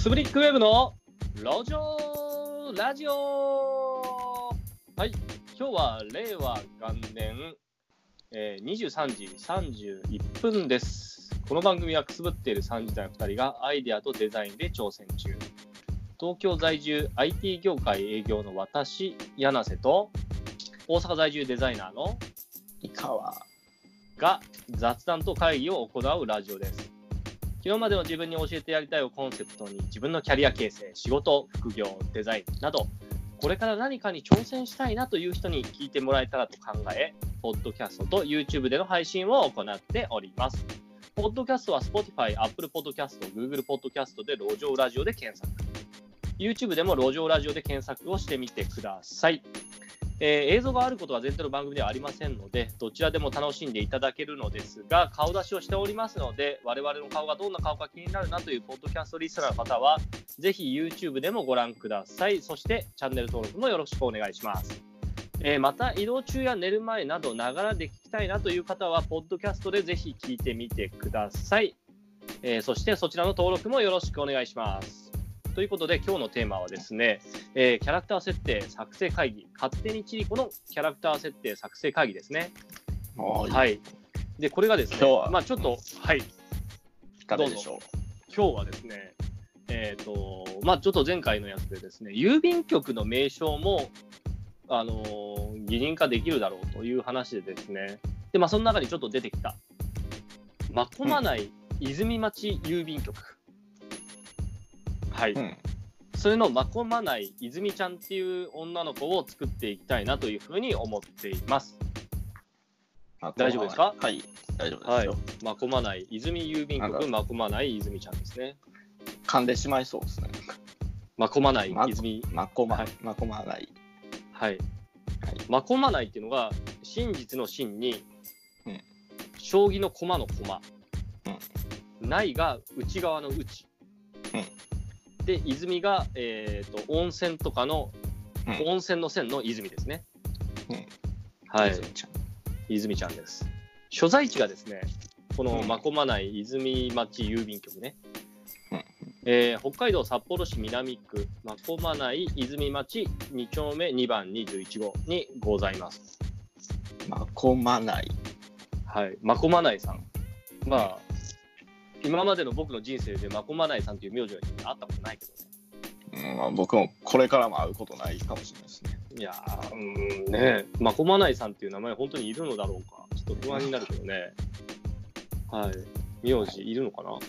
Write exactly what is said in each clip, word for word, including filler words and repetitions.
くすぶりックウェブの路上ラジオ。はい、今日は令和元年、えー、にじゅうさんじさんじゅういっぷんです。この番組はくすぶっているさんじ代のふたりがアイデアとデザインで挑戦中。東京在住 アイティー 業界営業の私、柳瀬と大阪在住デザイナーの井川が雑談と会議を行うラジオです。昨日までの自分に教えてやりたいをコンセプトに自分のキャリア形成、仕事、副業、デザインなどこれから何かに挑戦したいなという人に聞いてもらえたらと考え、ポッドキャストと YouTube での配信を行っております。ポッドキャストは Spotify、Apple Podcast、Google Podcast で路上ラジオで検索。YouTube でも路上ラジオで検索をしてみてください。えー、映像があることは前提の番組ではありませんので、どちらでも楽しんでいただけるのですが、顔出しをしておりますので、我々の顔がどんな顔か気になるなというポッドキャストリスナーの方は、ぜひ YouTube でもご覧ください。そしてチャンネル登録もよろしくお願いします。えー、また移動中や寝る前などながらで聞きたいなという方は、ポッドキャストでぜひ聞いてみてください。えー、そしてそちらの登録もよろしくお願いします。ということで今日のテーマはですね、えー、キャラクター設定作成会議、勝手にチリコのキャラクター設定作成会議ですね。 はい。 はい。でこれがですね、 今日はまあちょっと、うん、はい。 いかがでしょう。 今日はですね、えっとまあちょっと前回のやつでですね、郵便局の名称もあのー、擬人化できるだろうという話でですね、でまあその中にちょっと出てきた真駒内泉町郵便局。うんはい、うん、それの真駒内泉ちゃんっていう女の子を作っていきたいなというふうに思っています。大丈夫ですか？ はい、大丈夫ですよ。はい、 真駒内泉郵便局真駒内泉ちゃんですね。 噛んでしまいそうですね。 真駒内泉真駒内真駒内はい、真駒内っていうのが真実の真に、うん、将棋の駒の駒、うん、内が内側の内、うんで泉が、えー、と温泉とかの、うん、温泉の線の泉ですね、うん、はい泉ちゃん泉ちゃんです。所在地がですねこの真駒内泉町郵便局ね、うんえー、北海道札幌市南区真駒内泉町に丁目にばんにじゅういち号にございます。 真駒内はい真駒内さんまあ、うん今までの僕の人生で真駒内さんという名字は会ったことないけどね、うんまあ、僕もこれからも会うことないかもしれないですね。 いやーうんね真駒内さんっていう名前本当にいるのだろうかちょっと不安になるけどねはい名字いるのかな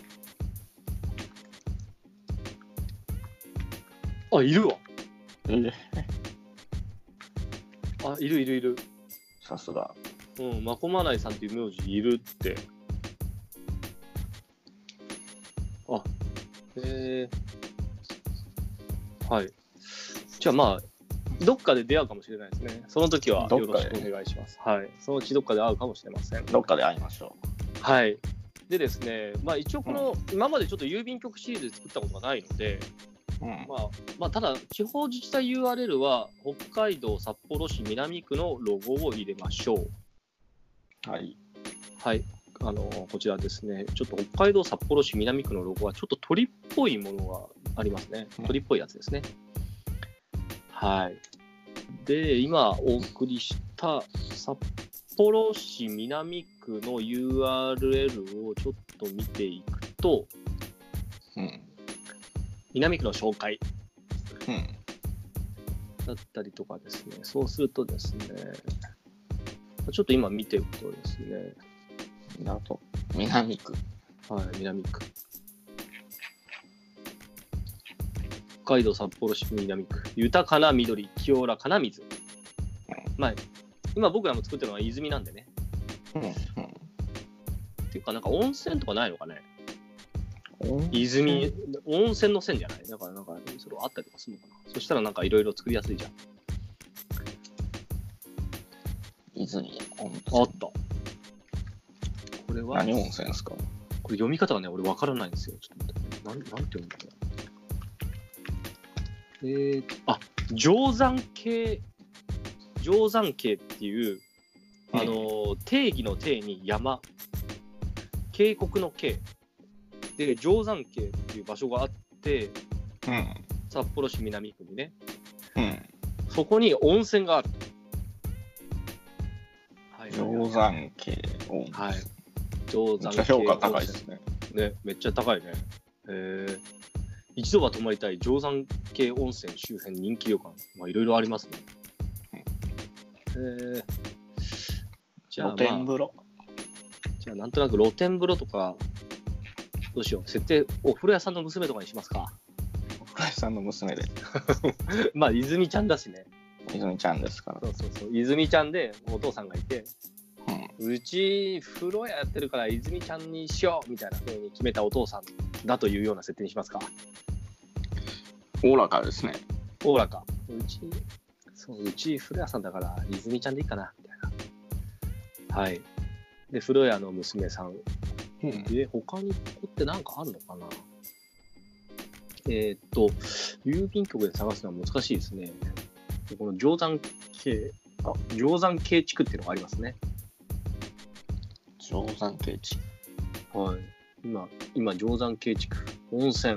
あいるわあいるいるいるさすがうん真駒内さんっていう名字いるってあ、えー、はい。じゃあまあどっかで出会うかもしれないですね。その時はよろしくお願いします。はい。そのうちどっかで会うかもしれません。 どっかで会いましょう。はい。でですね、まあ一応この、うん、今までちょっと郵便局シリーズで作ったことがないので、うん、まあまあただ地方自治体 ユーアールエル は北海道札幌市南区のロゴを入れましょう。はい。はい。あのこちらですね、ちょっと北海道札幌市南区のロゴはちょっと鳥っぽいものがありますね。鳥っぽいやつですね。うん、はい。で、今お送りした札幌市南区の ユーアールエル をちょっと見ていくと、うん、南区の紹介、うん、だったりとかですね、そうするとですね、ちょっと今見ていくとですね、 あと南区はい南区北海道札幌市南区豊かな緑清らかな水、うん、まあ今僕らも作ってるのは泉なんでね、うんうん、っていうかなんか温泉とかないのかね泉温泉の線じゃないだからなんかそれあったりとかするのかなそしたらなんかいろいろ作りやすいじゃん泉あったこれは何温泉ですか？これ読み方がね、俺分からないんですよ。ちょっと待って、なん、なんて読むんだろう。えー、あ、定山渓、定山渓っていう、あのー、定義の定に山、渓谷の渓で定山渓っていう場所があって、 うん。 札幌市南区にね、 うん。 そこに温泉がある。はい、 定山渓温泉。 はい。定山めっちゃ評価高いですね。 ね、めっちゃ高いね。へえ。一度は泊まりたい定山渓温泉周辺人気旅館。まあいろいろありますね。へえ。じゃあ、まあ、 露天風呂。 じゃあなんとなく露天風呂とか、どうしよう。設定、お風呂屋さんの娘とかにしますか。 お風呂屋さんの娘で。 まあ泉ちゃんだしね。 泉ちゃんですから。 そうそうそう。泉ちゃんでお父さんがいて、 うん。 うち風呂屋やってるから泉ちゃんにしようみたいな風に決めたお父さんだというような設定にしますか。 おおらかですね。 おおらか。うち、そう、うち風呂屋さんだから泉ちゃんでいいかなみたいな。はい。で、風呂屋の娘さん。 うん。 で、他にここって何かあるのかな。えーっと、郵便局で探すのは難しいですね。でこの定山渓、あ、定山渓地区っていうのがありますね。 定山渓地。 はい。今、今、定山渓地区、温泉。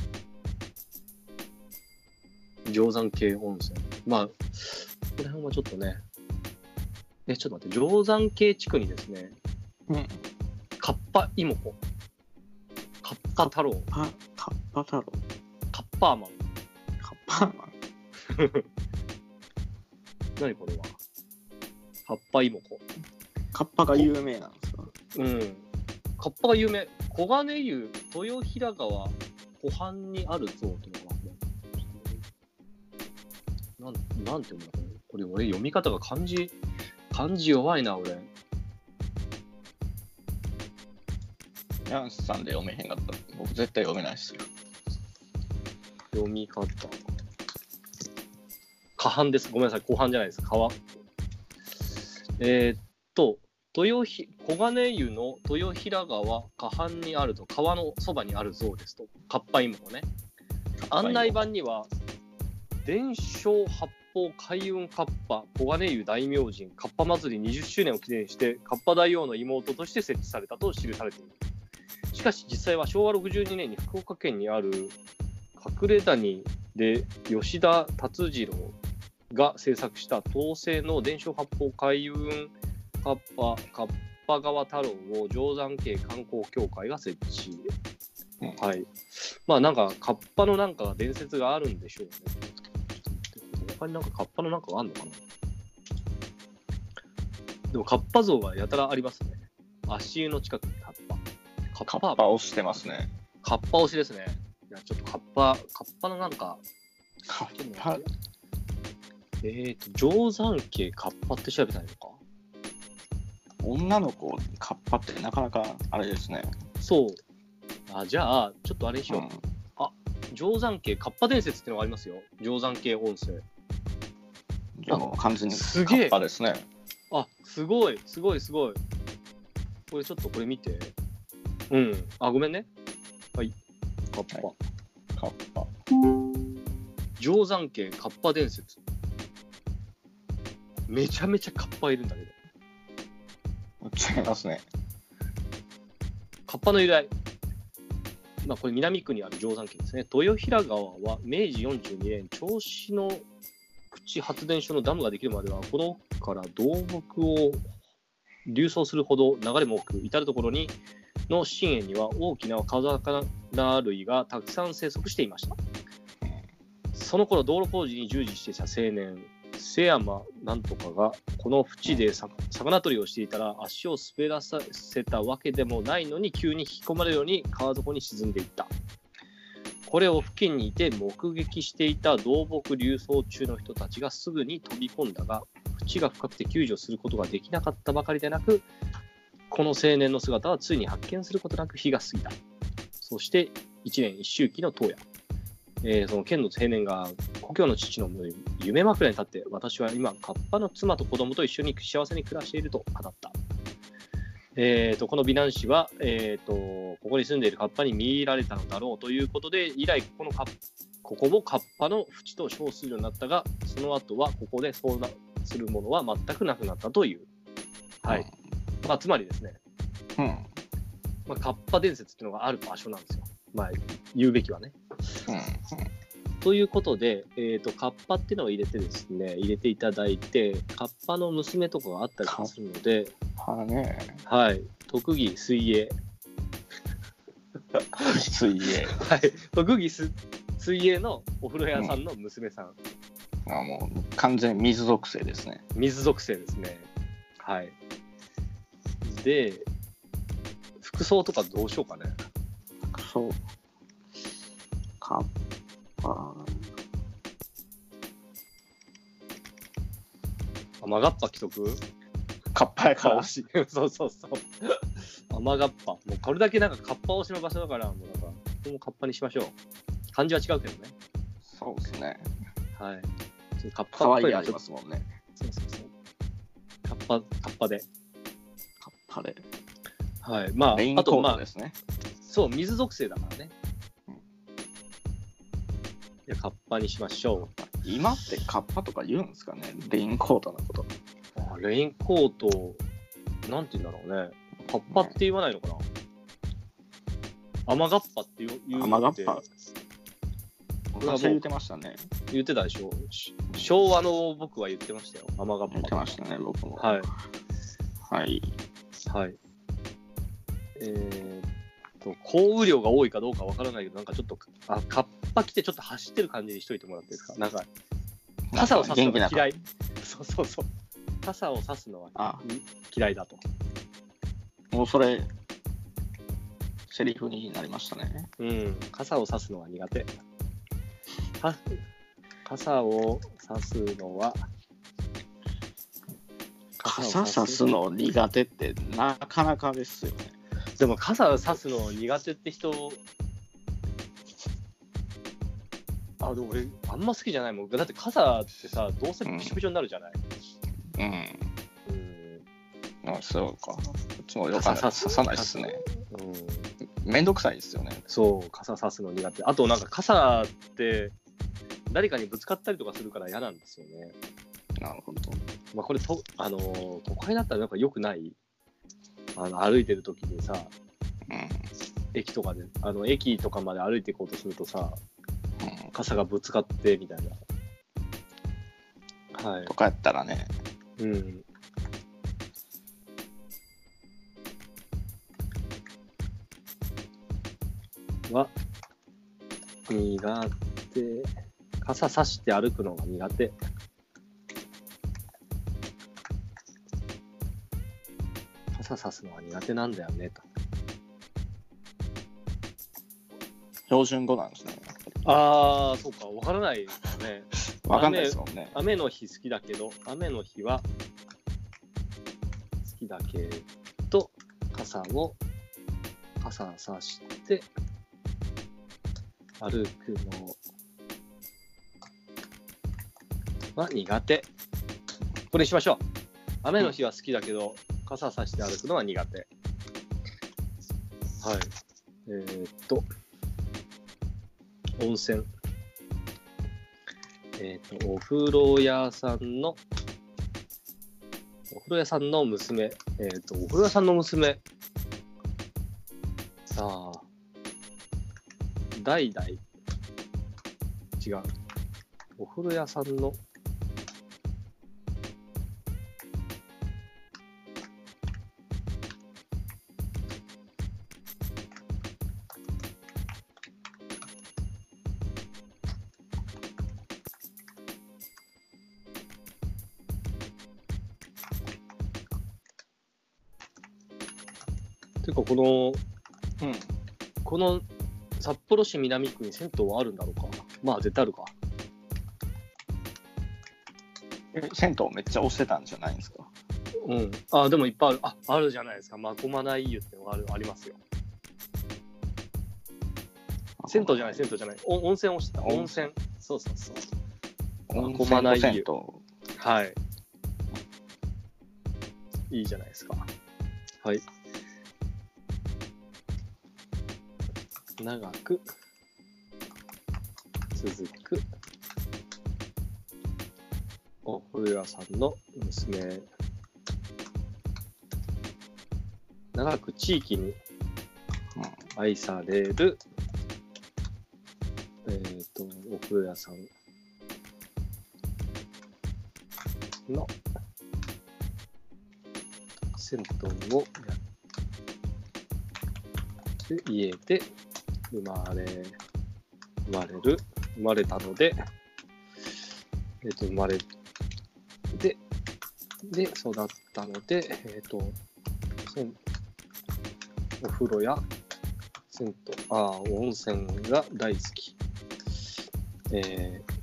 定山渓温泉。まあ、ここら辺はちょっとね、え、ちょっと待って、定山渓地区にですね、 うん。 カッパ妹子、カッパ太郎、 パ、カッパ太郎。 カッパーマン。 カッパーマン。 何これは。カッパ妹子。 カッパが有名なんですか。 うん。カッパが有名。小金湯、豊平川、湖畔にある像というのが、なん、なんて読むのこれ。これ俺読み方が漢字、漢字弱いな、俺。 ヤンスさんで読めへんかったら僕絶対読めないですよ。 読み方。河畔です。ごめんなさい。湖畔じゃないです。川。えー、っと、豊ひ小金湯の豊平川河畔にあると、川のそばにある像ですと。カッパ妹ね。案内板には、伝承八方開運カッパ小金湯大明神カッパ祭りにじゅっしゅうねんを記念してカッパ大王の妹として設置されたと記されている。しかし実際はしょうわろくじゅうにねんに福岡県にある隠れ谷で吉田達次郎が制作した陶製の伝承八方開運カッパカッパ川太郎を定山渓観光協会が設置、 うん、 はい。まあなんかカッパのなんか伝説があるんでしょうね。他になんかカッパのなんかがあるのかな。でもカッパ像がやたらありますね。足湯の近くにカッパ。 カッパをしてますね。 カッパ推しですね。いやちょっとカッパカッパのなんかカッパえーと定山渓カッパって調べたらいいのか。 女の子カッパってなかなかあれですね。 そう。あ、じゃあちょっとあれにしよう。 うん、 あ、定山渓カッパ伝説っていうのがありますよ。定山渓温泉。 じゃあもう完全にカすげえッパですね。 あ、すごいすごいすごい。これちょっとこれ見て。うん。あ、ごめんね。はい。カッパ。 はい、カッパ。 定山渓カッパ伝説。めちゃめちゃカッパいるんだけど。 違いますね。 カッパの由来。まあこれ南区にある定山渓ですね。豊平川はめいじよんじゅうにねん、銚子の口発電所のダムができるまでは、このから銅木を流送するほど流れも多く、至る所にの深淵には大きな小魚類がたくさん生息していました。その頃道路工事に従事していた青年瀬山なんとかがこの淵で魚取りをしていたら足を滑らさせたわけでもないのに急に引き込まれるように川底に沈んでいった。これを付近にいて目撃していた銅木流送中の人たちがすぐに飛び込んだが、淵が深くて救助することができなかったばかりでなく、この青年の姿はついに発見することなく日が過ぎた。そして一年一周期の当夜、えー、その県の青年が故郷の父の夢枕に立って、私は今カッパの妻と子供と一緒に幸せに暮らしていると語った。えー、とこの美男子は、えー、とここに住んでいるカッパに見入られたのだろうということで、以来ここのカッここもカッパの淵と称するようになったが、その後はここでそうなするものは全くなくなったという。はい。うん、まあ、つまりですね、 うん、 まあ、カッパ伝説っていうのがある場所なんですよ。まあ、言うべきはね。 うんということで、えーと、カッパっていうのを入れてですね、入れていただいて、カッパの娘とかがあったりとかするので、 はね。 はい、特技水泳。 水泳。 はい、特技す水泳のお風呂屋さんの娘さん。 うん、あもう完全に水属性ですね。 水属性ですね。はい。で、服装とかどうしようかね。 服装。カッパ。 雨がっぱ着とく？ カッパやから。 顔し。そうそうそう。雨がっぱ。もうこれだけなんかカッパ推しの場所だから、もうなんか、ここもカッパにしましょう。漢字は違うけどね。 そうですね。 はい。ちょっとカッパ可愛いっぽいのありますもんね。 そうそうそう。カッパ、カッパで。 カッパで。 はい。まあ、 レインコあとまあートで、すね。 そう、水属性だからね。 うんじゃあカッパにしましょ今ってカッパとか言うんですかね、レインコートのこと。 う。あレインコート、なんて言うんだろうね。カッパって言わないのかな。雨がっぱって言う言う雨がっってぱ。昔言ってましたね。 言ってたでしょ。し昭和の僕は言ってましたよ。雨がっぱ。 言ってましたね、僕も。 はい。 はい。 はい。えーっと、降雨量が多いかどうかわからないけど、なんかちょっと、あ、カッパ着てちょっと走ってる感じにしといてもらっていいですか。なんか、傘を差すのが嫌い。そうそうそう。傘を差すのはあ嫌いだと。 もうそれ、セリフになりましたね。 うん。傘を差すのは苦手。か傘を差すのは、 傘さすの苦手ってなかなかですよね。 でも傘差すの苦手って人、あ、でも俺あんま好きじゃないもん。だって傘ってさ、どうせびしょびしょになるじゃない。 うん。うん。あ、そうか。こっちもよく刺さないっすね。うん。めんどくさいですよね。 そう、傘差すの苦手。あとなんか傘って誰かにぶつかったりとかするから嫌なんですよね。 なるほど。 まあこれと、あのー、都会だったらなんか良くない。あの歩いてる時にさ、 うん、 駅とかで、あの駅とかまで歩いていこうとするとさ、 うん、 傘がぶつかってみたいな。はい。 とかやったらね。 うん。は苦手。傘差して歩くのが苦手。傘差すのが苦手なんだよねと。 標準語なんですね。 ああ、そうか、わからないですね。 わかんないですもんね。 雨の日好きだけど、雨の日は好きだけど、傘を、傘差して歩くのは苦手。これにしましょう。雨の日は好きだけど、傘差して歩くのは苦手。はい。えー、っと、温泉。えー、っと、お風呂屋さんの、お風呂屋さんの娘。えー、っと、お風呂屋さんの娘。ああ。代々。違う。お風呂屋さんの、ていうかこの、 うん、 この札幌市南区に銭湯はあるんだろうか。まあ絶対あるか。 え銭湯めっちゃ押してたんじゃないんですか。 うん。あ、でもいっぱいある。あ、あるじゃないですか。まこまない湯ってのがある、ありますよ。銭湯じゃない、銭湯じゃない。お温泉をした。温泉。そうそうそう。 温まこまない泉湯。はい。いいじゃないですか。はい。長く続くお風呂屋さんの娘。長く地域に愛される、え風呂屋さんの銭湯をやって家で生まれ生まれる生まれたので、えっ、と生まれでで育ったので、えっ、とお風呂や銭湯、ああ温泉が大好き。えー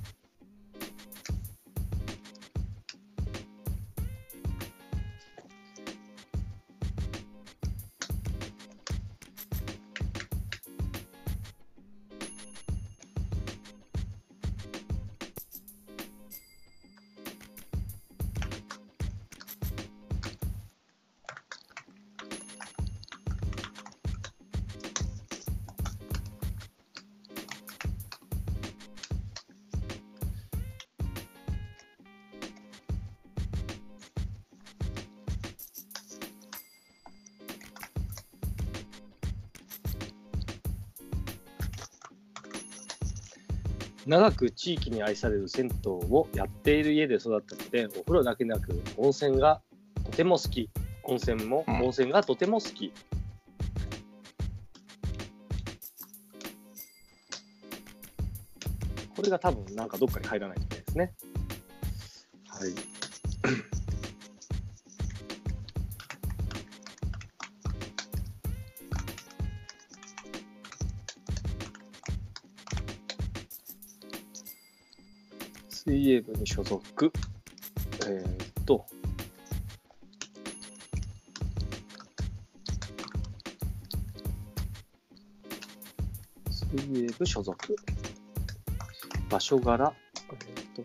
長く地域に愛される銭湯をやっている家で育ったので、お風呂だけでなく温泉がとても好き。温泉も、 うん温泉がとても好き。これが多分なんかどっかに入らないといけないですね。はい。水泳部に所属。えー、っと。水泳部所属。場所柄。えー、っと。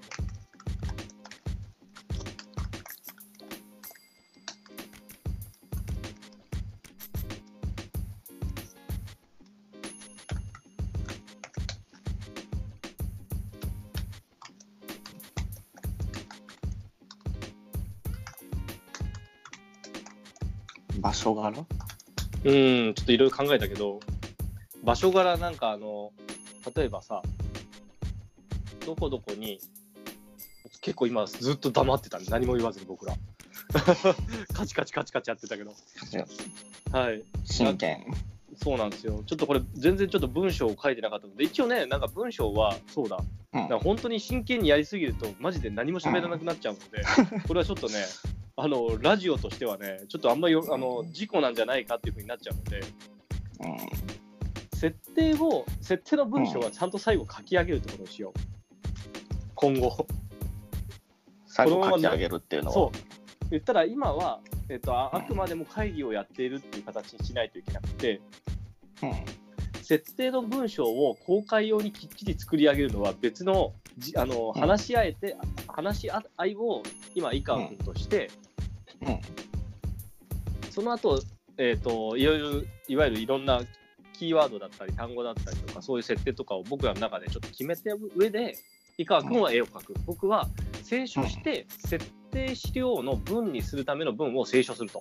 場所柄？ うーん、ちょっといろいろ考えたけど、場所柄なんかあの、例えばさ、どこどこに、結構今ずっと黙ってたんで、何も言わずに僕ら。カチカチカチカチやってたけど。はい。 真剣。 そうなんですよ。ちょっとこれ全然ちょっと文章を書いてなかったので、一応ね、なんか文章はそうだ。 うんだから本当に真剣にやりすぎるとマジで何も喋らなくなっちゃうので、これはちょっとね、あのラジオとしてはね、ちょっとあんまりあの事故なんじゃないかっていう風になっちゃうので、 うん、 設定を設定の文章はちゃんと最後書き上げるってことにしよう。今後。 最後書き上げるっていうのは。 そう言ったら今は、えっと、あ, あくまでも会議をやっているっていう形にしないといけなくて、 うん、 設定の文章を公開用にきっちり作り上げるのは別のじあの話し合えて、うん、話し合いを今井川君として、 うんうん、 その後、えーと、いろいろいわゆるいろんなキーワードだったり単語だったりとかそういう設定とかを僕らの中でちょっと決めて上で井川君は絵を描く、僕は清書して設定資料の文にするための文を清書すると、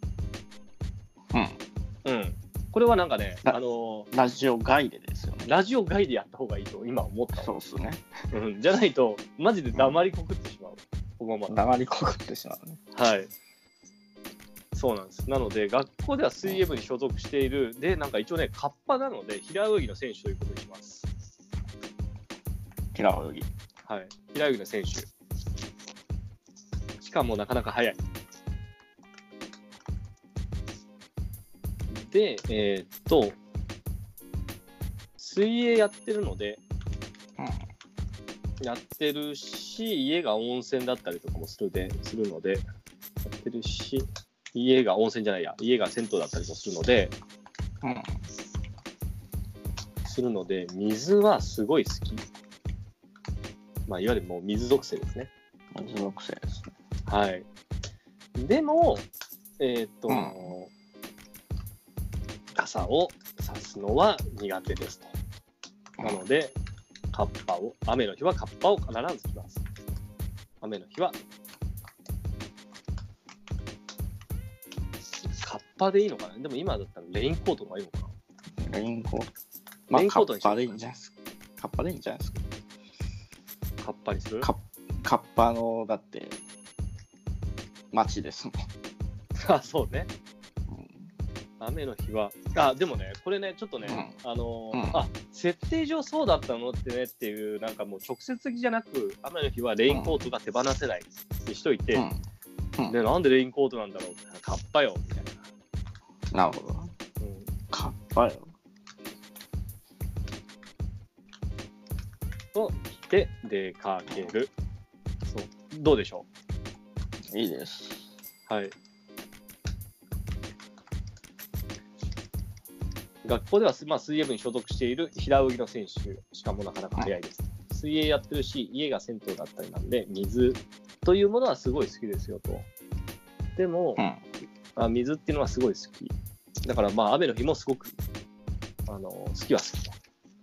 うん、うん、これはなんかね、あのラジオ外でですよね。 ラジオ外でやった方がいいと今思った。 そうですね、 うん、じゃないとマジで黙りこくってしまう、このまま黙りこくってしまうね。 はい、そうなんです。なので学校では水泳部に所属している、でなんか一応ねカッパなので平泳ぎの選手ということにします。 平泳ぎ、 はい、平泳ぎの選手、しかもなかなか速いで、えー、っと水泳やってるので、うん、やってるし家が温泉だったりとかもするでするのでやってるし、家が温泉じゃないや家が銭湯だったりもするので、うん、するので水はすごい好き。まあいわゆるもう水属性ですね。 水属性ですね。 はい。でもえー、っと、うん、傘を差すのは苦手ですと。なのでカッパを雨の日はカッパを必ず着ます。雨の日はカッパでいいのかな。でも今だったらレインコートがいいのかな。 レインコート、まあ、レインコートにカッパでいいんじゃないですか。カッパでいいんじゃないですか。 かっぱりするかカッパのだって街ですもん。 あ、そうね。雨の日は、あ、でもね、これね、ちょっとね、うん、あのーうん、あ、設定上そうだったのってねっていう、なんかもう直接的じゃなく、雨の日はレインコートが手放せないってしといて、うんうん、で、なんでレインコートなんだろうみたいな、カッパよみたいな。なるほど。うん、カッパよ。 と着て出かける。そう、どうでしょう？いいです。 はい。学校では、まあ、水泳部に所属している平泳ぎの選手、しかもなかなか速いです。水泳やってるし、家が銭湯だったりなんで、水というものはすごい好きですよと。でも、うん、あ水っていうのはすごい好き。だから、まあ、雨の日もすごくあの好きは好きと。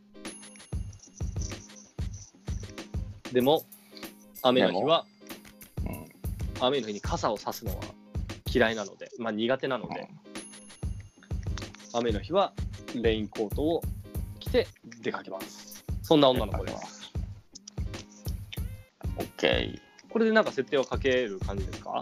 でも、雨の日は、うん、雨の日に傘を差すのは嫌いなので、まあ、苦手なので、うん、雨の日は、レインコートを着て出かけます。そんな女の子です。 OK。 これでなんか設定は描ける感じですか？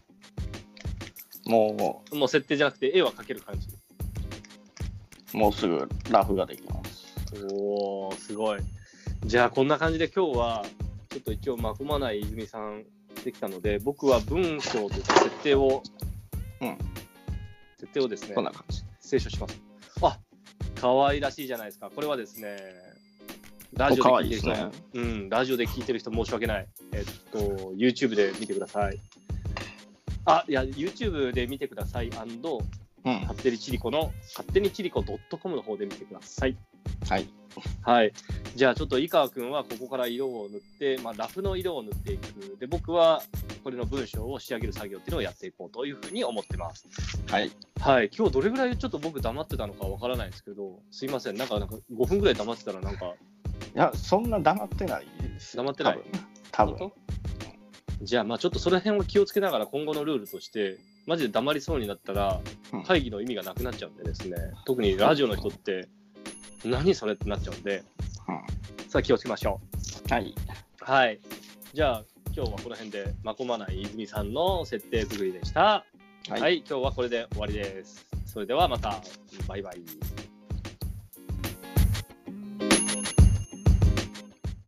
もう、もう設定じゃなくて絵は描ける感じ。 もうすぐラフができます。 おー、すごい。じゃあこんな感じで今日はちょっと一応まこまない泉さんできたので、僕は文章というか設定を、うん、設定をですね、 こんな感じ。 清書します。あ、可愛らしいじゃないですか。これはですね、ラジオで聞いてる人、ね、うん、ラジオで聞いてる人申し訳ない。えっと、YouTube で見てください。あ、いや、YouTube で見てください。アンド、うん、勝手にチリコの、勝手にチリコ .com の方で見てください。 はい。 はい。じゃあ、ちょっと井川くんはここから色を塗って、まあ、ラフの色を塗っていく。で、僕はこれの文章を仕上げる作業っていうのをやっていこうというふうに思ってます。 はい。 はい。今日どれぐらいちょっと僕黙ってたのかわからないんですけど、すいません。なんか、なんかごふんぐらい黙ってたらなんか。いや、そんな黙ってないです。 黙ってない。 多分。多分じゃあ、まあちょっとその辺を気をつけながら今後のルールとして、マジで黙りそうになったら会議の意味がなくなっちゃうんでですね、うん、特にラジオの人って何それってなっちゃうんで、うん、さあ気をつけましょう。はい。 はい。じゃあ今日はこの辺でまこまない泉さんの設定作りでした。はい、はい、今日はこれで終わりです。それではまた、バイバイ。